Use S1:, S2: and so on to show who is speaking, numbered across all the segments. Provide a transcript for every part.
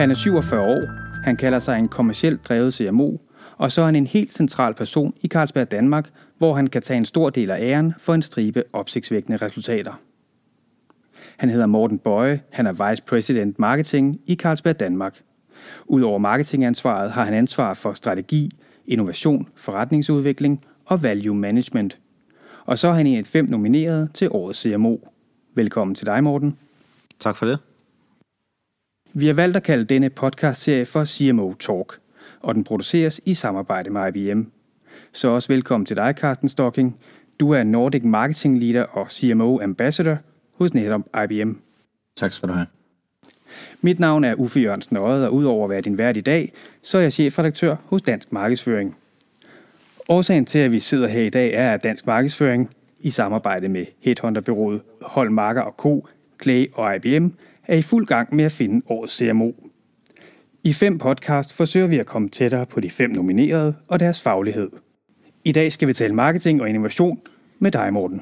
S1: Han er 47 år, han kalder sig en kommercielt drevet CMO, og så er han en helt central person i Carlsberg Danmark, hvor han kan tage en stor del af æren for en stribe opsigtsvækkende resultater. Han hedder Morten Boye, han er Vice President Marketing i Carlsberg Danmark. Udover marketingansvaret har han ansvar for strategi, innovation, forretningsudvikling og value management. Og så er han en af 5 nomineret til årets CMO. Velkommen til dig, Morten.
S2: Tak for det.
S1: Vi har valgt at kalde denne podcastserie for CMO Talk, og den produceres i samarbejde med IBM. Så også velkommen til dig, Carsten Stocking. Du er Nordic Marketing Leader og CMO Ambassador hos netop IBM.
S2: Tak skal du have.
S1: Mit navn er Uffe Jørgensen Odde, og udover at være din vært i dag, så er jeg chefredaktør hos Dansk Markedsføring. Årsagen til, at vi sidder her i dag, er, at Dansk Markedsføring i samarbejde med Headhunter-bureauet Holm Marker & Co., Clay og IBM er i fuld gang med at finde årets CMO. I 5 podcast forsøger vi at komme tættere på de 5 nominerede og deres faglighed. I dag skal vi tale marketing og innovation med dig, Morten.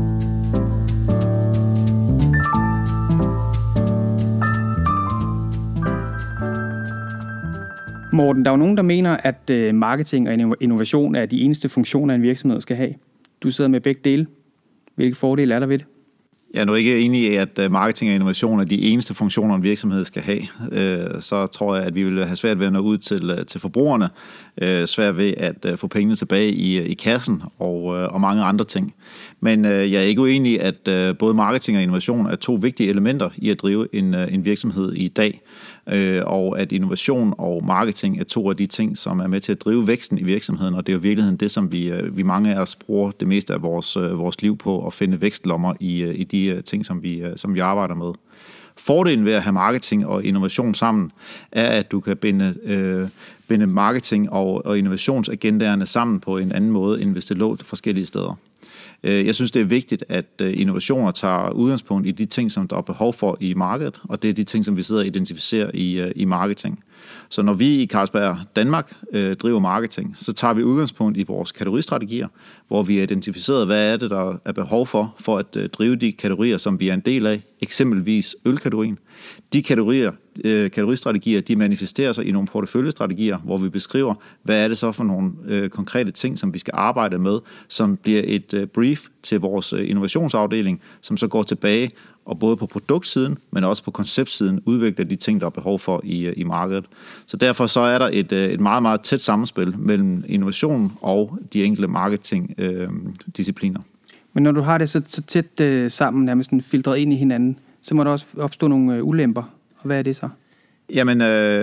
S1: Morten, der er jo nogen, der mener, at marketing og innovation er de eneste funktioner, en virksomhed skal have. Du sidder med begge dele. Hvilke fordele er der ved det?
S2: Jeg er nu ikke enig i, at marketing og innovation er de eneste funktioner, en virksomhed skal have. Så tror jeg, at vi vil have svært ved at nå ud til forbrugerne, svært ved at få pengene tilbage i kassen og mange andre ting. Men jeg er ikke uenig i, at både marketing og innovation er 2 vigtige elementer i at drive en virksomhed i dag, og at innovation og marketing er 2 af de ting, som er med til at drive væksten i virksomheden, og det er jo i virkeligheden det, som vi mange af os bruger det meste af vores liv på, at finde vækstlommer i de ting, som vi arbejder med. Fordelen ved at have marketing og innovation sammen, er, at du kan binde marketing og innovationsagendaerne sammen på en anden måde, end hvis det lå forskellige steder. Jeg synes, det er vigtigt, at innovationer tager udgangspunkt i de ting, som der er behov for i markedet, og det er de ting, som vi sidder og identificerer i marketing. Så når vi i Carlsberg Danmark driver marketing, så tager vi udgangspunkt i vores kategoristrategier, hvor vi har identificeret, hvad er det, der er behov for at drive de kategorier, som vi er en del af, eksempelvis ølkategorien. De kategoristrategier, de manifesterer sig i nogle porteføljestrategier, hvor vi beskriver, hvad er det så for nogle konkrete ting, som vi skal arbejde med, som bliver et brief til vores innovationsafdeling, som så går tilbage og både på produktsiden, men også på konceptsiden udvikler de ting, der er behov for i markedet. Så derfor så er der et meget, meget tæt samspil mellem innovation og de enkelte marketingdiscipliner. Men
S1: når du har det så tæt sammen, nærmest filtreret ind i hinanden, så må der også opstå nogle ulemper. Og hvad er det så?
S2: Jamen,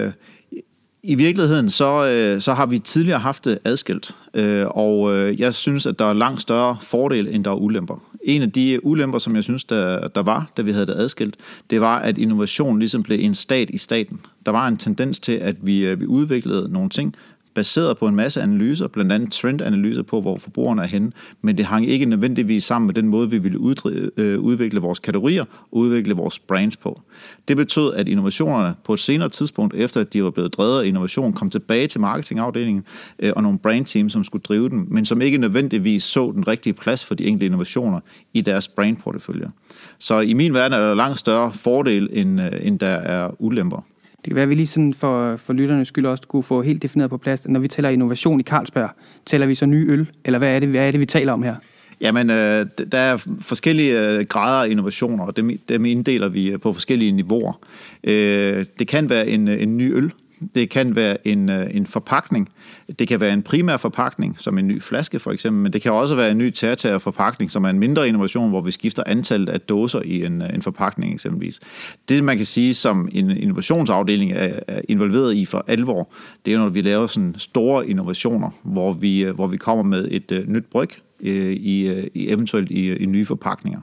S2: i virkeligheden så har vi tidligere haft det adskilt, og jeg synes, at der er langt større fordel, end der er ulemper. En af de ulemper, som jeg synes, der var, da vi havde det adskilt, det var, at innovation ligesom blev en stat i staten. Der var en tendens til, at vi udviklede nogle ting, baseret på en masse analyser, blandt andet trendanalyser på, hvor forbrugerne er henne, men det hang ikke nødvendigvis sammen med den måde, vi ville udvikle vores kategorier og udvikle vores brands på. Det betød, at innovationerne på et senere tidspunkt, efter at de var blevet drevet af innovation, kom tilbage til marketingafdelingen og nogle brandteam, som skulle drive dem, men som ikke nødvendigvis så den rigtige plads for de enkelte innovationer i deres brandportefølje. Så i min verden er der langt større fordel, end der er ulemper.
S1: Det kan være, at vi lige sådan for lytternes skyld også kunne få helt defineret på plads. Når vi tæller innovation i Carlsberg, tæller vi så ny øl? Eller hvad er det, vi taler om her?
S2: Jamen, der er forskellige grader af innovationer, og dem inddeler vi på forskellige niveauer. Det kan være en ny øl. Det kan være en forpakning. Det kan være en primær forpakning, som en ny flaske for eksempel, men det kan også være en ny tertiær-forpakning, som er en mindre innovation, hvor vi skifter antallet af dåser i en forpakning eksempelvis. Det, man kan sige, som en innovationsafdeling er involveret i for alvor, det er, når vi laver sådan store innovationer, hvor vi kommer med et nyt bryg eventuelt i nye forpakninger.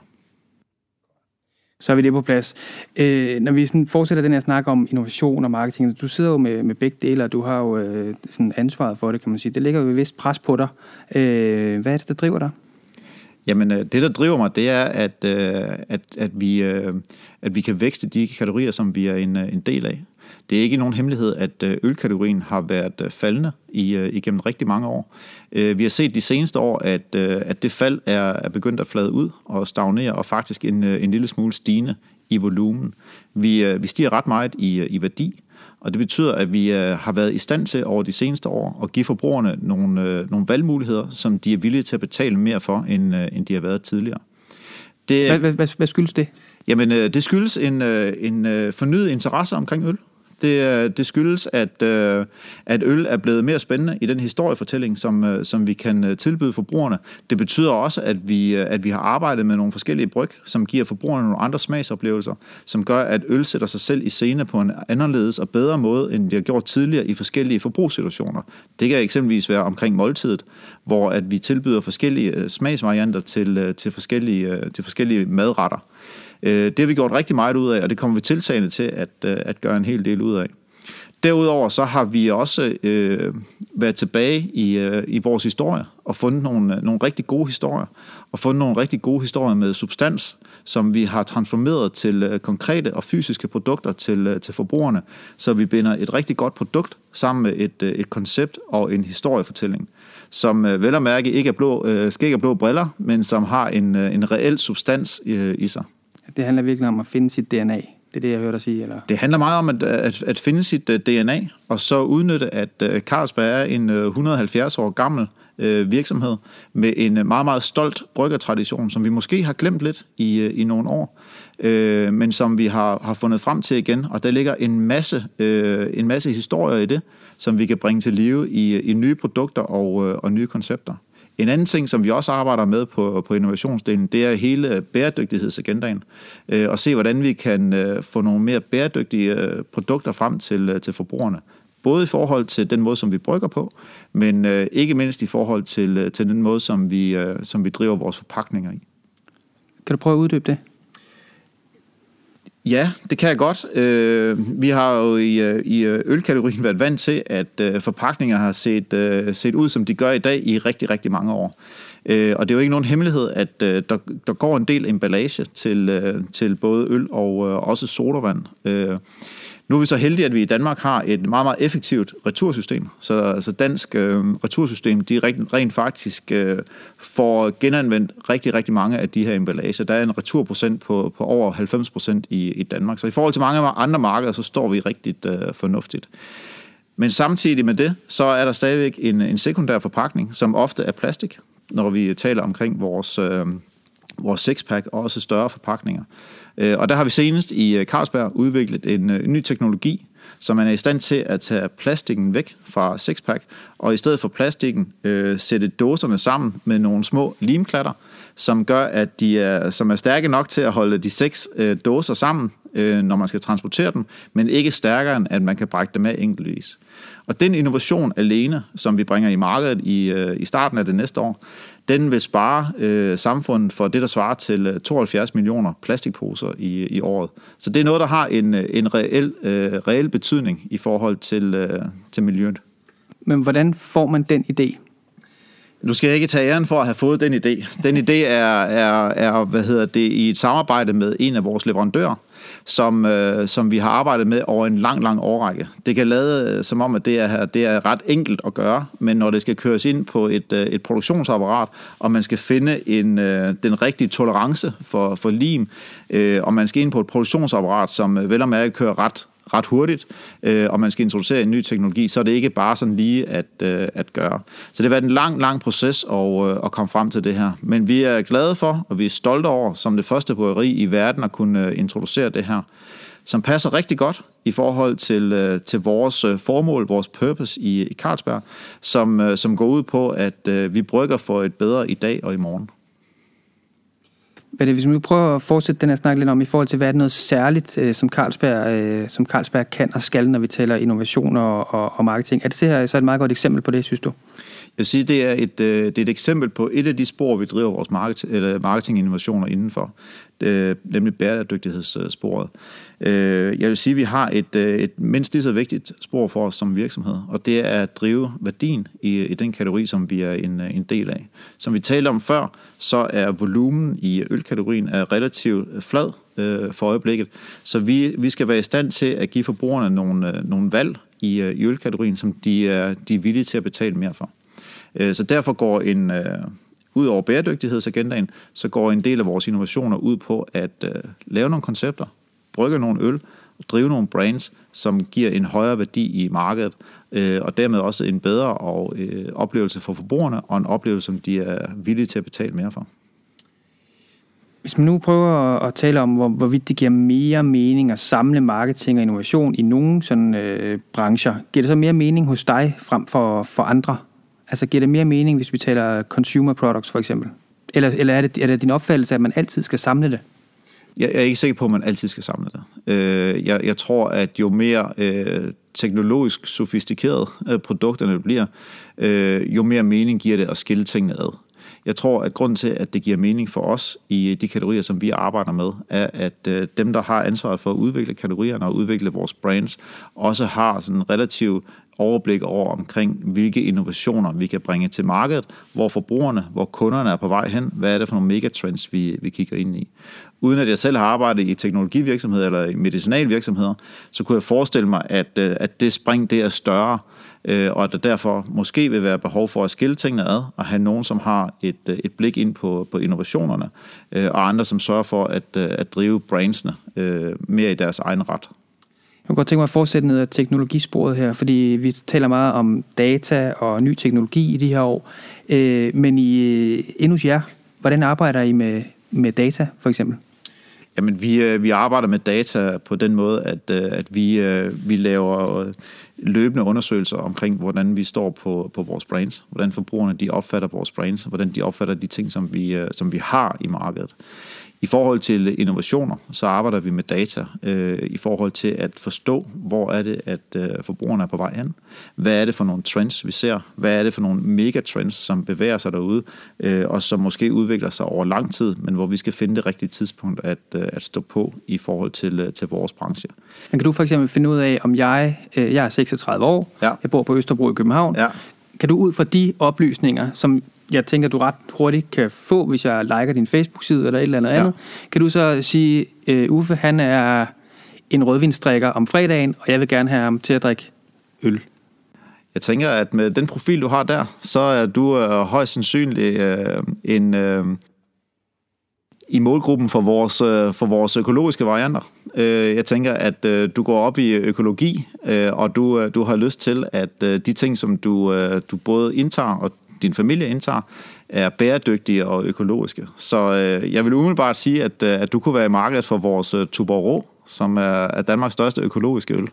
S1: Så er vi det på plads. Når vi sådan fortsætter den her snak om innovation og marketing, du sidder jo med begge dele, og du har jo sådan ansvaret for det, kan man sige. Det ligger jo et vist pres på dig. Hvad er det, der driver dig?
S2: Jamen, det der driver mig, det er, at vi kan vækste de kategorier, som vi er en del af. Det er ikke nogen hemmelighed, at ølkategorien har været faldende igennem rigtig mange år. Vi har set de seneste år, at det fald er begyndt at flade ud og stagnere, og faktisk en lille smule stigende i volumen. Vi stiger ret meget i værdi, Og det betyder, at vi har været i stand til over de seneste år at give forbrugerne nogle valgmuligheder, som de er villige til at betale mere for, end de har været tidligere.
S1: Hvad skyldes det?
S2: Jamen, det skyldes en fornyet interesse omkring øl. Det skyldes, at øl er blevet mere spændende i den historiefortælling, som vi kan tilbyde forbrugerne. Det betyder også, at vi har arbejdet med nogle forskellige bryg, som giver forbrugerne nogle andre smagsoplevelser, som gør, at øl sætter sig selv i scene på en anderledes og bedre måde, end det har gjort tidligere i forskellige forbrugssituationer. Det kan eksempelvis være omkring måltidet, hvor at vi tilbyder forskellige smagsvarianter til forskellige madretter. Det har vi gjort rigtig meget ud af, og det kommer vi tiltagende til at gøre en hel del ud af. Derudover så har vi også været tilbage i vores historie og fundet nogle rigtig gode historier, og fundet nogle rigtig gode historier med substans, som vi har transformeret til konkrete og fysiske produkter til forbrugerne, så vi binder et rigtig godt produkt sammen med et koncept og en historiefortælling, som vel at mærke ikke er skæg og blå briller, men som har en reel substans i sig.
S1: Det handler virkelig om at finde sit DNA. Det er det, jeg hørte dig sige, eller?
S2: Det handler meget om at finde sit DNA, og så udnytte, at Carlsberg er en 170 år gammel virksomhed med en meget, meget stolt bryggertradition, som vi måske har glemt lidt i nogle år, men som vi har fundet frem til igen. Og der ligger en masse historier i det, som vi kan bringe til live i nye produkter og nye koncepter. En anden ting, som vi også arbejder med på innovationsdelen, det er hele bæredygtighedsagendaen. Og se, hvordan vi kan få nogle mere bæredygtige produkter frem til forbrugerne. Både i forhold til den måde, som vi brygger på, men ikke mindst i forhold til den måde, som vi driver vores forpakninger i.
S1: Kan du prøve at uddybe det?
S2: Ja, det kan jeg godt. Vi har jo i ølkategorien været vant til, at forpakninger har set ud, som de gør i dag i rigtig, rigtig mange år. Og det er jo ikke nogen hemmelighed, at der går en del emballage til både øl og også sodavand. Nu er vi så heldige, at vi i Danmark har et meget, meget effektivt retursystem. Så dansk retursystem, de rent faktisk får genanvendt rigtig, rigtig mange af de her emballager. Der er en returprocent på over 90% i Danmark. Så i forhold til mange andre markeder, så står vi rigtig fornuftigt. Men samtidig med det, så er der stadigvæk en sekundær forpakning, som ofte er plastik, når vi taler omkring vores sixpack og også større forpakninger. Og der har vi senest i Carlsberg udviklet en ny teknologi, så man er i stand til at tage plastikken væk fra sixpack, og i stedet for plastikken sætte dåserne sammen med nogle små limklatter, som gør, at som er stærke nok til at holde de 6 dåser sammen, når man skal transportere dem, men ikke stærkere end at man kan brække dem af enkeltvis. Og den innovation alene, som vi bringer i markedet i starten af det næste år, den vil spare samfundet for det, der svarer til 72 millioner plastikposer i året. Så det er noget, der har en reel betydning i forhold til miljøet.
S1: Men hvordan får man den idé?
S2: Nu skal jeg ikke tage æren for at have fået den idé. Den idé er i et samarbejde med en af vores leverandører, som vi har arbejdet med over en lang årrække. Det kan lade som om, at det er ret enkelt at gøre, men når det skal køres ind på et produktionsapparat, og man skal finde den rigtige tolerance for lim, og man skal ind på et produktionsapparat, som vel og mærke kører ret hurtigt, og man skal introducere en ny teknologi, så er det ikke bare sådan lige at gøre. Så det har været en lang proces at komme frem til det her. Men vi er glade for, og vi er stolte over, som det første bryggeri i verden, at kunne introducere det her, som passer rigtig godt i forhold til vores formål, vores purpose i Carlsberg, som går ud på, at vi brygger for et bedre i dag og i morgen.
S1: Hvis vi prøver at fortsætte den her snak lidt om, i forhold til, hvad er det noget særligt, som Carlsberg kan og skal, når vi taler innovation og marketing. Er det her så et meget godt eksempel på det, synes du?
S2: Jeg vil sige, det er et eksempel på et af de spor, vi driver vores marketinginnovationer indenfor, nemlig bæredygtighedssporet. Jeg vil sige, at vi har et mindst lige så vigtigt spor for os som virksomhed, og det er at drive værdien i den kategori, som vi er en del af. Som vi talte om før, så er volumen i ølkategorien relativt flad for øjeblikket, så vi skal være i stand til at give forbrugerne nogle valg i ølkategorien, som de er villige til at betale mere for. Så derfor går ud over bæredygtighedsagendaen, så går en del af vores innovationer ud på at lave nogle koncepter, brygge nogle øl, drive nogle brands, som giver en højere værdi i markedet, og dermed også en bedre oplevelse for forbrugerne, og en oplevelse, som de er villige til at betale mere for.
S1: Hvis man nu prøver at tale om, hvorvidt det giver mere mening at samle marketing og innovation i nogle sådan brancher, giver det så mere mening hos dig frem for andre? Altså giver det mere mening, hvis vi taler consumer products for eksempel? Eller er det din opfattelse, at man altid skal samle det?
S2: Jeg er ikke sikker på, at man altid skal samle det. Jeg tror, at jo mere teknologisk sofistikeret produkterne bliver, jo mere mening giver det at skille tingene ad. Jeg tror, at grunden til, at det giver mening for os i de kategorier, som vi arbejder med, er, at dem, der har ansvaret for at udvikle kategorierne og udvikle vores brands, også har sådan en relativ overblik over omkring, hvilke innovationer vi kan bringe til markedet, hvor forbrugerne, hvor kunderne er på vej hen, hvad er det for nogle megatrends, vi kigger ind i. Uden at jeg selv har arbejdet i teknologivirksomheder eller i medicinalvirksomheder, så kunne jeg forestille mig, at det spring det er større, og at der derfor måske vil være behov for at skille tingene ad, og have nogen, som har et blik ind på innovationerne, og andre, som sørger for at drive brandsene mere i deres egen ret.
S1: Jeg kunne godt tænke mig at fortsætte ned ad teknologisporet her, fordi vi taler meget om data og ny teknologi i de her år, men inde hos jer, hvordan arbejder I med data for eksempel?
S2: Jamen, vi arbejder med data på den måde, at vi laver løbende undersøgelser omkring, hvordan vi står på vores brands, hvordan forbrugerne de opfatter vores brands, hvordan de opfatter de ting, som vi har i markedet. I forhold til innovationer, så arbejder vi med data i forhold til at forstå, hvor er det, at forbrugerne er på vej hen. Hvad er det for nogle trends, vi ser? Hvad er det for nogle megatrends, som bevæger sig derude, og som måske udvikler sig over lang tid, men hvor vi skal finde det rigtige tidspunkt at stå på i forhold til vores branche.
S1: Men kan du for eksempel finde ud af, om jeg er 36 år, ja. Jeg bor på Østerbro i København, ja. Kan du ud fra de oplysninger, som jeg tænker, du ret hurtigt kan få, hvis jeg liker din Facebook-side eller et eller andet, kan du så sige, Uffe, han er en rødvinsdrikker om fredagen, og jeg vil gerne have ham til at drikke øl.
S2: Jeg tænker, at med den profil, du har der, så er du højst sandsynlig i målgruppen for vores økologiske varianter. Jeg tænker, at du går op i økologi, og du har lyst til, at de ting, som du både indtager og din familie indtager, er bæredygtige og økologiske. Så jeg vil umiddelbart sige, at du kunne være i markedet for vores Tuborg Rå, som er Danmarks største økologiske øl.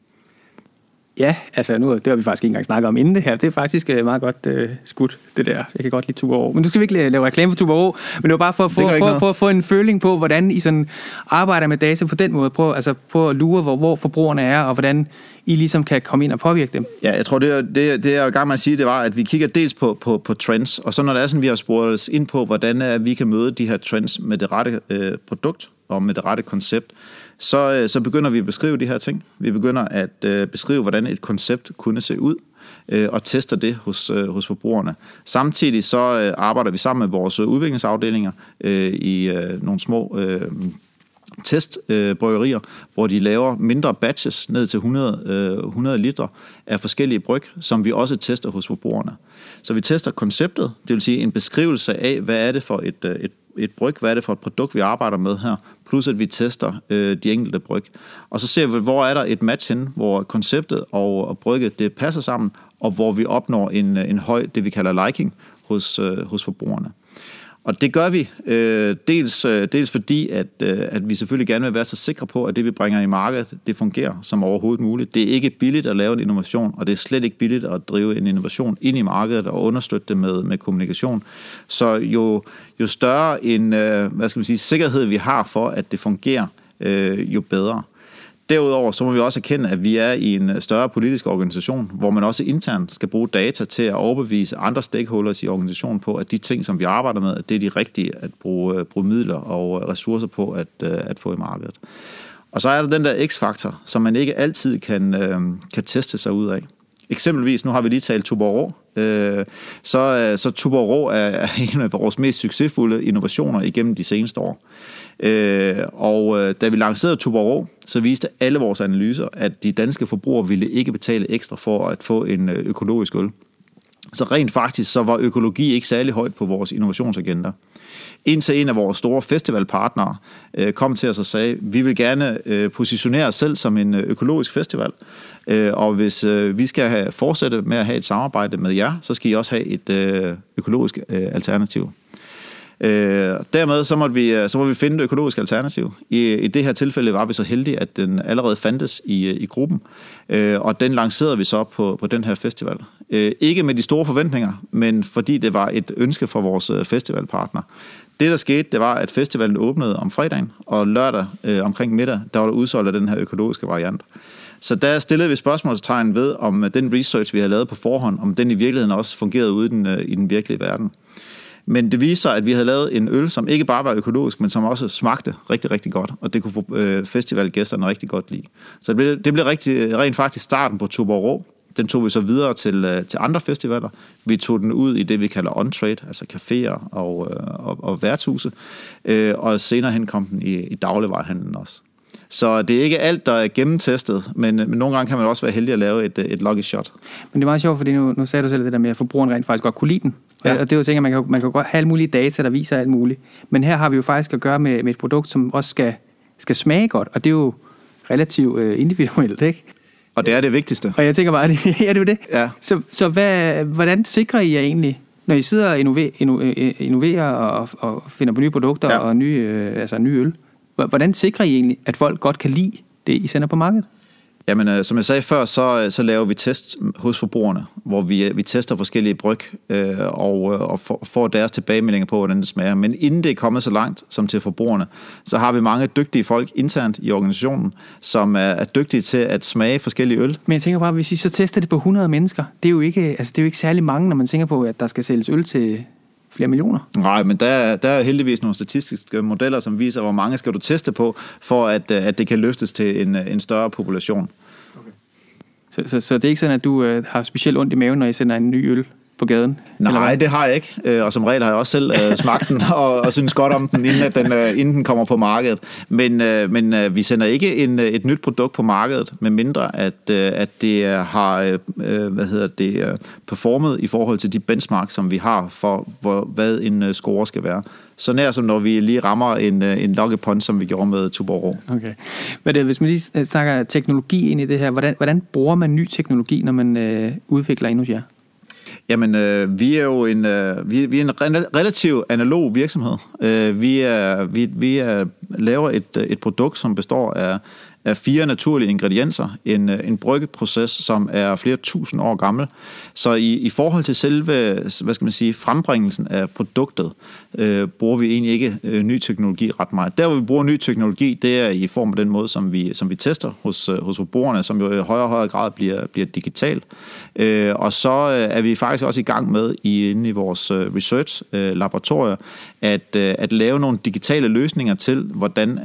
S1: Ja, altså det har vi faktisk ikke engang snakket om inden det her. Det er faktisk meget godt skudt, det der. Jeg kan godt lide Tuborg Rå. Men du skal ikke lave reklame for Tuborg Rå, men det var bare for at få en føling på, hvordan I sådan arbejder med data på den måde. På at lure, hvor forbrugerne er, og hvordan I ligesom kan komme ind og påvirke dem.
S2: Ja, jeg tror, det jeg er i gang med at sige, det var, at vi kigger dels på trends, og så når det er sådan, vi har spurgt os ind på, hvordan vi kan møde de her trends med det rette produkt og med det rette koncept, så begynder vi at beskrive de her ting. Vi begynder at beskrive, hvordan et koncept kunne se ud, og tester det hos forbrugerne. Samtidig så arbejder vi sammen med vores udviklingsafdelinger i nogle små testbryggerier, hvor de laver mindre batches ned til 100 liter af forskellige bryg, som vi også tester hos forbrugerne. Så vi tester konceptet, det vil sige en beskrivelse af, hvad er det for et bryg, hvad er det for et produkt, vi arbejder med her, plus at vi tester de enkelte bryg. Og så ser vi, hvor er der et match hen, hvor konceptet og brygget det passer sammen, og hvor vi opnår en høj, det vi kalder liking, hos forbrugerne. Og det gør vi dels fordi, at vi selvfølgelig gerne vil være så sikre på, at det vi bringer i markedet, det fungerer som overhovedet muligt. Det er ikke billigt at lave en innovation, og det er slet ikke billigt at drive en innovation ind i markedet og understøtte det med kommunikation. Så jo større en sikkerhed vi har for, at det fungerer, jo bedre. Derudover så må vi også erkende, at vi er i en større politisk organisation, hvor man også internt skal bruge data til at overbevise andre stakeholders i organisationen på, at de ting, som vi arbejder med, at det er de rigtige at bruge midler og ressourcer på at få i markedet. Og så er der den der X-faktor, som man ikke altid kan teste sig ud af. Eksempelvis, nu har vi lige talt Tuborg Rå, så Tuborg Rå er en af vores mest succesfulde innovationer igennem de seneste år. Og da vi lancerede Tuborg Rå, så viste alle vores analyser, at de danske forbrugere ville ikke betale ekstra for at få en økologisk øl. Så rent faktisk, så var økologi ikke særlig højt på vores innovationsagenda. indtil en af vores store festivalpartnere kom til os og sagde, vi vil gerne positionere os selv som en økologisk festival, og hvis vi skal fortsætte med at have et samarbejde med jer, så skal I også have et økologisk alternativ. Dermed så må vi finde et økologisk alternativ. I det her tilfælde var vi så heldige, at den allerede fandtes i gruppen, og den lancerede vi så på den her festival. Ikke med de store forventninger, men fordi det var et ønske fra vores festivalpartner. Det, der skete, det var, at festivalen åbnede om fredagen, og lørdag omkring middag, der var der udsolgt af den her økologiske variant. Så der stillede vi spørgsmålstegn ved, om den research, vi havde lavet på forhånd, om den i virkeligheden også fungerede ude i den virkelige verden. Men det viser sig, at vi havde lavet en øl, som ikke bare var økologisk, men som også smagte rigtig, rigtig godt, og det kunne få festivalgæsterne rigtig godt lide. Så det blev rent faktisk starten på Tuborg Rå. Den tog vi så videre til andre festivaler. Vi tog den ud i det, vi kalder on-trade, altså caféer og værtshuse, og senere hen kom den i dagligvarehandlen også. Så det er ikke alt, der er gennemtestet, men nogle gange kan man også være heldig at lave et lucky shot.
S1: Men det er meget sjovt, fordi nu sagde du selv det der med, at forbrugeren rent faktisk godt kunne lide den. Ja. Og det er jo ting, at man kan godt have alle mulige data, der viser alt muligt. Men her har vi jo faktisk at gøre med et produkt, som også skal smage godt, og det er jo relativt individuelt, ikke?
S2: Og det er det vigtigste.
S1: Og jeg tænker bare, det er jo det.
S2: Ja.
S1: Så hvordan sikrer I jer egentlig, når I sidder og innoverer og finder på nye produkter og nye øl? Hvordan sikrer I egentlig, at folk godt kan lide det, I sender på markedet?
S2: Jamen, som jeg sagde før, så laver vi test hos forbrugerne, hvor vi tester forskellige bryg og får deres tilbagemeldinger på, hvordan det smager. Men inden det er kommet så langt som til forbrugerne, så har vi mange dygtige folk internt i organisationen, som er dygtige til at smage forskellige øl.
S1: Men jeg tænker bare, hvis I så tester det på 100 mennesker, det er jo ikke særlig mange, når man tænker på, at der skal sælges øl til flere millioner.
S2: Nej, men der er heldigvis nogle statistiske modeller, som viser, hvor mange skal du teste på, for at det kan løftes til en større population.
S1: Okay. Så det er ikke sådan, at du har specielt ondt i maven, når I sender en ny øl på gaden?
S2: Nej, det har jeg ikke. Og som regel har jeg også selv smagt den og synes godt om den, inden den kommer på markedet. Men vi sender ikke et nyt produkt på markedet, med mindre at det har performet i forhold til de benchmark, som vi har for, hvad en score skal være. Så nær som når vi lige rammer en lockepond, som vi gjorde med Tuborg Rå.
S1: Okay. Men hvis man lige snakker teknologi ind i det her, hvordan bruger man ny teknologi, når man udvikler endnu jer?
S2: Jamen, vi er jo en relativt analog virksomhed. Vi laver et produkt, som består af 4 naturlige ingredienser. En bryggeproces, som er flere tusind år gammel. Så i forhold til selve, frembringelsen af produktet, bruger vi egentlig ikke ny teknologi ret meget. Der, hvor vi bruger ny teknologi, det er i form af den måde, som vi tester hos forbrugerne, som jo i højere og højere grad bliver digital. Og så er vi faktisk også i gang med inde i vores research-laboratorier at lave nogle digitale løsninger til, hvordan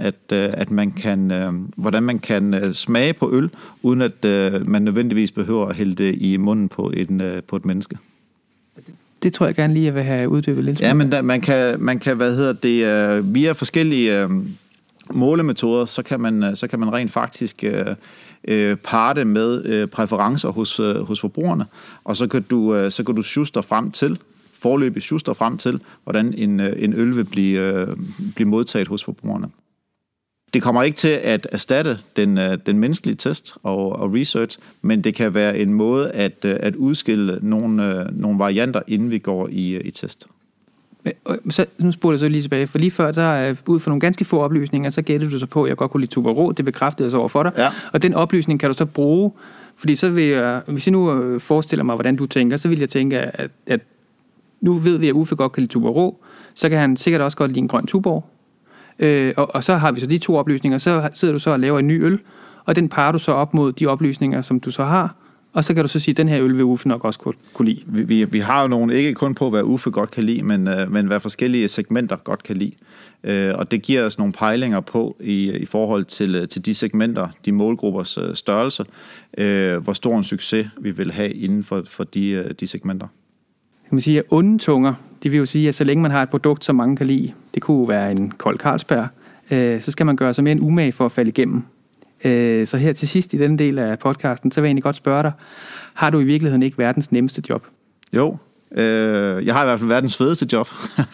S2: man kan smage på øl, uden at man nødvendigvis behøver at hælde det i munden på et menneske.
S1: Det tror jeg gerne lige, jeg vil have uddybet lidt.
S2: Ja, men man kan via forskellige målemetoder, så kan man rent faktisk parre det med præferencer hos forbrugerne, og så kan du sjuste frem til, hvordan en øl vil blive modtaget hos forbrugerne. Det kommer ikke til at erstatte den menneskelige test og research, men det kan være en måde at udskille nogle varianter, inden vi går i test.
S1: Så, nu spoler jeg så lige tilbage, for lige før, der ud fra nogle ganske få oplysninger, så gættede du så på, at jeg godt kunne lide Tuborg Rå, det bekræftede jeg så over for dig, ja. Og den oplysning kan du så bruge, fordi så vil jeg, hvis jeg nu forestiller mig, hvordan du tænker, så vil jeg tænke, at nu ved vi, at Uffe godt kan lide Tuborg Rå, så kan han sikkert også godt lide en grøn Tuborg. Og så har vi så de 2 oplysninger, så sidder du så og laver en ny øl, og den parer du så op mod de oplysninger, som du så har, og så kan du så sige, at den her øl vil Uffe nok også kunne lide. Vi har jo nogle, ikke kun på, hvad Uffe godt kan lide, men hvad forskellige segmenter godt kan lide. Og det giver os nogle pejlinger på i forhold til de segmenter, de målgruppers størrelse, hvor stor en succes vi vil have inden for de segmenter. Kan man sige, at onde tunger, de vil jo sige, at så længe man har et produkt, som mange kan lide, det kunne være en kold Carlsberg, så skal man gøre sig mere en umage for at falde igennem. Så her til sidst i denne del af podcasten, så vil jeg egentlig godt spørge dig, har du i virkeligheden ikke verdens nemmeste job?
S2: Jo, Jeg har i hvert fald verdens fedeste job.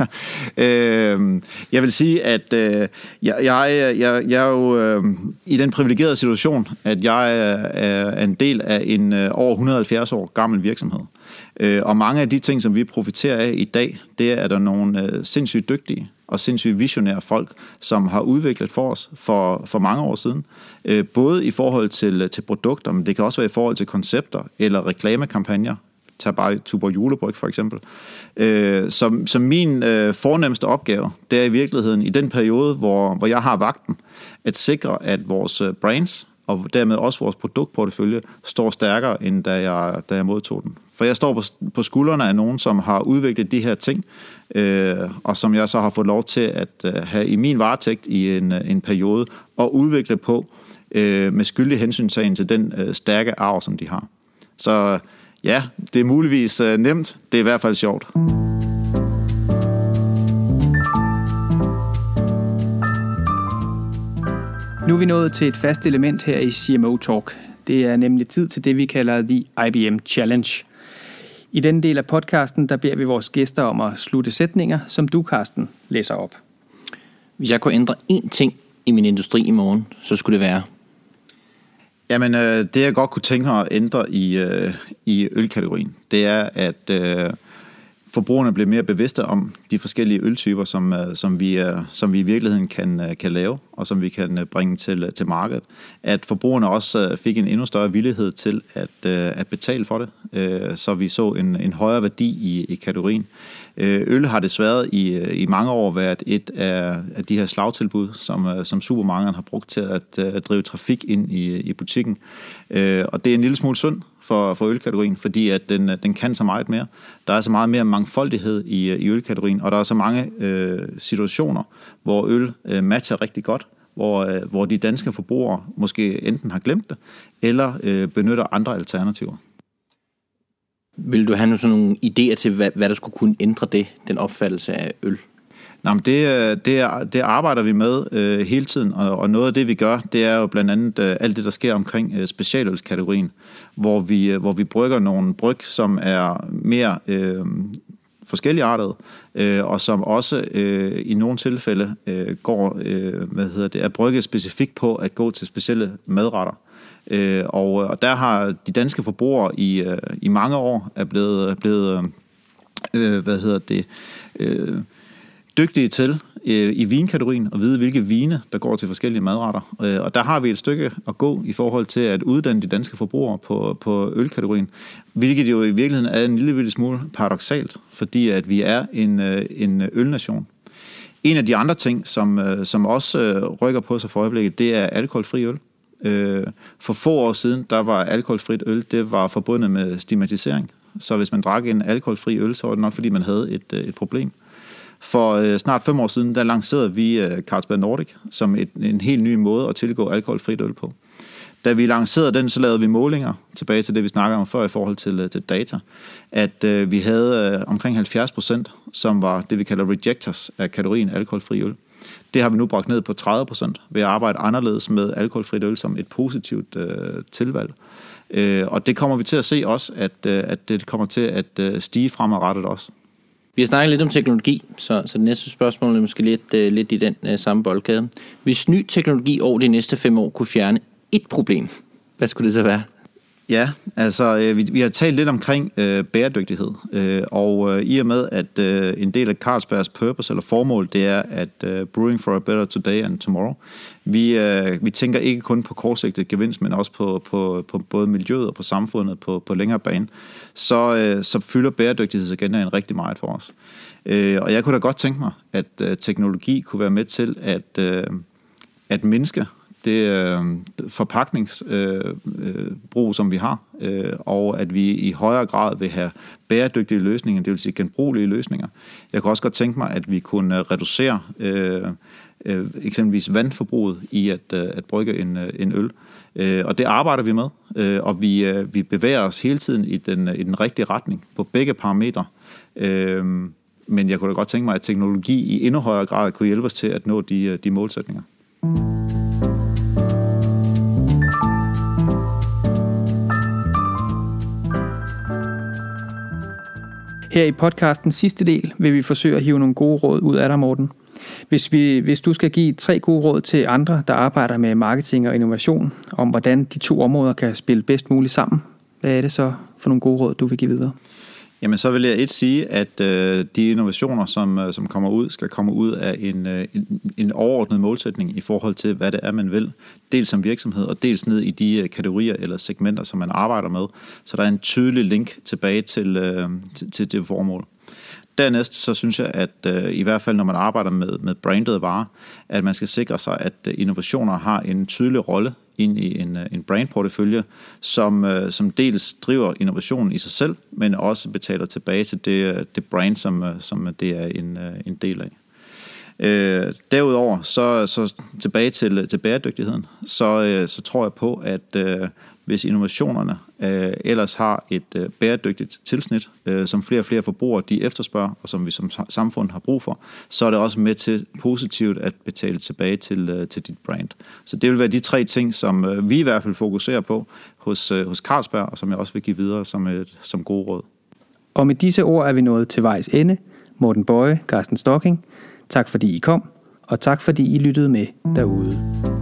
S2: Jeg vil sige, at jeg er jo i den privilegerede situation, at jeg er en del af en over 170 år gammel virksomhed. Og mange af de ting, som vi profiterer af i dag, det er der nogle sindssygt dygtige og sindssygt visionære folk, som har udviklet for os for mange år siden. Både i forhold til produkter, men det kan også være i forhold til koncepter eller reklamekampagner. Tag bare Tuborg Julebryg for eksempel. Så min fornemmeste opgave, det er i virkeligheden i den periode, hvor jeg har vagten, at sikre, at vores brands og dermed også vores produktportefølje står stærkere, end da jeg modtog den. For jeg står på skuldrene af nogen, som har udviklet de her ting, og som jeg så har fået lov til at have i min varetægt i en periode, og udvikle på med skyldig hensyntagen til den stærke arv, som de har. Så ja, det er muligvis nemt, det er i hvert fald sjovt.
S1: Nu er vi nået til et fast element her i CMO Talk. Det er nemlig tid til det, vi kalder The IBM Challenge. I denne del af podcasten, der beder vi vores gæster om at slutte sætninger, som du, Carsten, læser op.
S3: Hvis jeg kunne ændre én ting i min industri i morgen, så skulle det være?
S2: Jamen, det jeg godt kunne tænke mig at ændre i ølkategorien, det er, at forbrugerne bliver mere bevidste om de forskellige øltyper, som vi i virkeligheden kan lave, og som vi kan bringe til markedet. At forbrugerne også fik en endnu større villighed til at betale for det, så vi så en højere værdi i kategorien. Øl har desværre i mange år været et af de her slagtilbud, som supermarkederne har brugt til at drive trafik ind i butikken. Og det er en lille smule synd for ølkategorien, fordi at den kan så meget mere. Der er så meget mere mangfoldighed i ølkategorien, og der er så mange situationer, hvor øl matcher rigtig godt, hvor de danske forbrugere måske enten har glemt det, eller benytter andre alternativer.
S3: Vil du have sådan nogle idéer til, hvad der skulle kunne ændre den opfattelse af øl?
S2: Nå, men det arbejder vi med hele tiden, og noget af det, vi gør, det er jo blandt andet alt det, der sker omkring specialølskategorien, hvor vi brygger nogle bryg, som er mere forskelligartede, og som også i nogle tilfælde går, er brygget specifikt på at gå til specielle madretter. Og der har de danske forbrugere i mange år er blevet dygtige til i vinkategorien at vide, hvilke vine, der går til forskellige madretter. Og der har vi et stykke at gå i forhold til at uddanne de danske forbrugere på ølkategorien, hvilket jo i virkeligheden er en lille smule paradoksalt, fordi at vi er en ølnation. En af de andre ting, som også rykker på sig for øjeblikket, det er alkoholfri øl. For få år siden, der var alkoholfrit øl, det var forbundet med stigmatisering. Så hvis man drak en alkoholfri øl, så var det nok, fordi man havde et problem. For snart 5 år siden, der lancerede vi Carlsberg Nordic som en helt ny måde at tilgå alkoholfrit øl på. Da vi lancerede den, så lavede vi målinger, tilbage til det, vi snakkede om før i forhold til data, at vi havde omkring 70%, som var det, vi kalder rejectors af kategorien alkoholfri øl. Det har vi nu bragt ned på 30% ved at arbejde anderledes med alkoholfrit øl som et positivt tilvalg. Og det kommer vi til at se også, at det kommer til at stige fremadrettet også.
S3: Vi har snakket lidt om teknologi, så det næste spørgsmål er måske lidt i den samme boldgade. Hvis ny teknologi over de næste 5 år kunne fjerne et problem, hvad skulle det så være?
S2: Ja, altså vi har talt lidt omkring bæredygtighed, og i og med, at en del af Carlsbergs purpose eller formål, det er at brewing for a better today and tomorrow. Vi tænker ikke kun på kortsigtet gevinst, men også på både miljøet og på samfundet på længere bane. Så fylder bæredygtighedsagendaen rigtig meget for os. Og jeg kunne da godt tænke mig, at teknologi kunne være med til at mindske det forpakningsbrug, som vi har, og at vi i højere grad vil have bæredygtige løsninger, det vil sige genbrugelige løsninger. Jeg kunne også godt tænke mig, at vi kunne reducere eksempelvis vandforbruget i at brygge en øl. Og det arbejder vi med, og vi bevæger os hele tiden i den rigtige retning på begge parametre. Men jeg kunne da godt tænke mig, at teknologi i endnu højere grad kunne hjælpe os til at nå de målsætninger.
S1: Her i podcastens sidste del vil vi forsøge at hive nogle gode råd ud af dig, Morten. Hvis du skal give 3 gode råd til andre, der arbejder med marketing og innovation, om hvordan de 2 områder kan spille bedst muligt sammen, hvad er det så for nogle gode råd, du vil give videre?
S2: Jamen så vil jeg sige, at de innovationer, som kommer ud, skal komme ud af en overordnet målsætning i forhold til, hvad det er, man vil. Dels som virksomhed, og dels ned i de kategorier eller segmenter, som man arbejder med. Så der er en tydelig link tilbage til det formål. Dernæst så synes jeg, at i hvert fald når man arbejder med brandede varer, at man skal sikre sig, at innovationer har en tydelig rolle ind i en brandportefølje, som dels driver innovationen i sig selv, men også betaler tilbage til det brand, som det er en del af. Derudover så tilbage til bæredygtigheden, så tror jeg på, at hvis innovationerne ellers har et bæredygtigt tilsnit, som flere og flere forbrugere de efterspørger, og som vi som samfund har brug for, så er det også med til positivt at betale tilbage til dit brand. Så det vil være de 3 ting, som vi i hvert fald fokuserer på hos Carlsberg, og som jeg også vil give videre som gode råd.
S1: Og med disse ord er vi nået til vejs ende. Morten Boye, Carsten Stocking, tak fordi I kom, og tak fordi I lyttede med derude.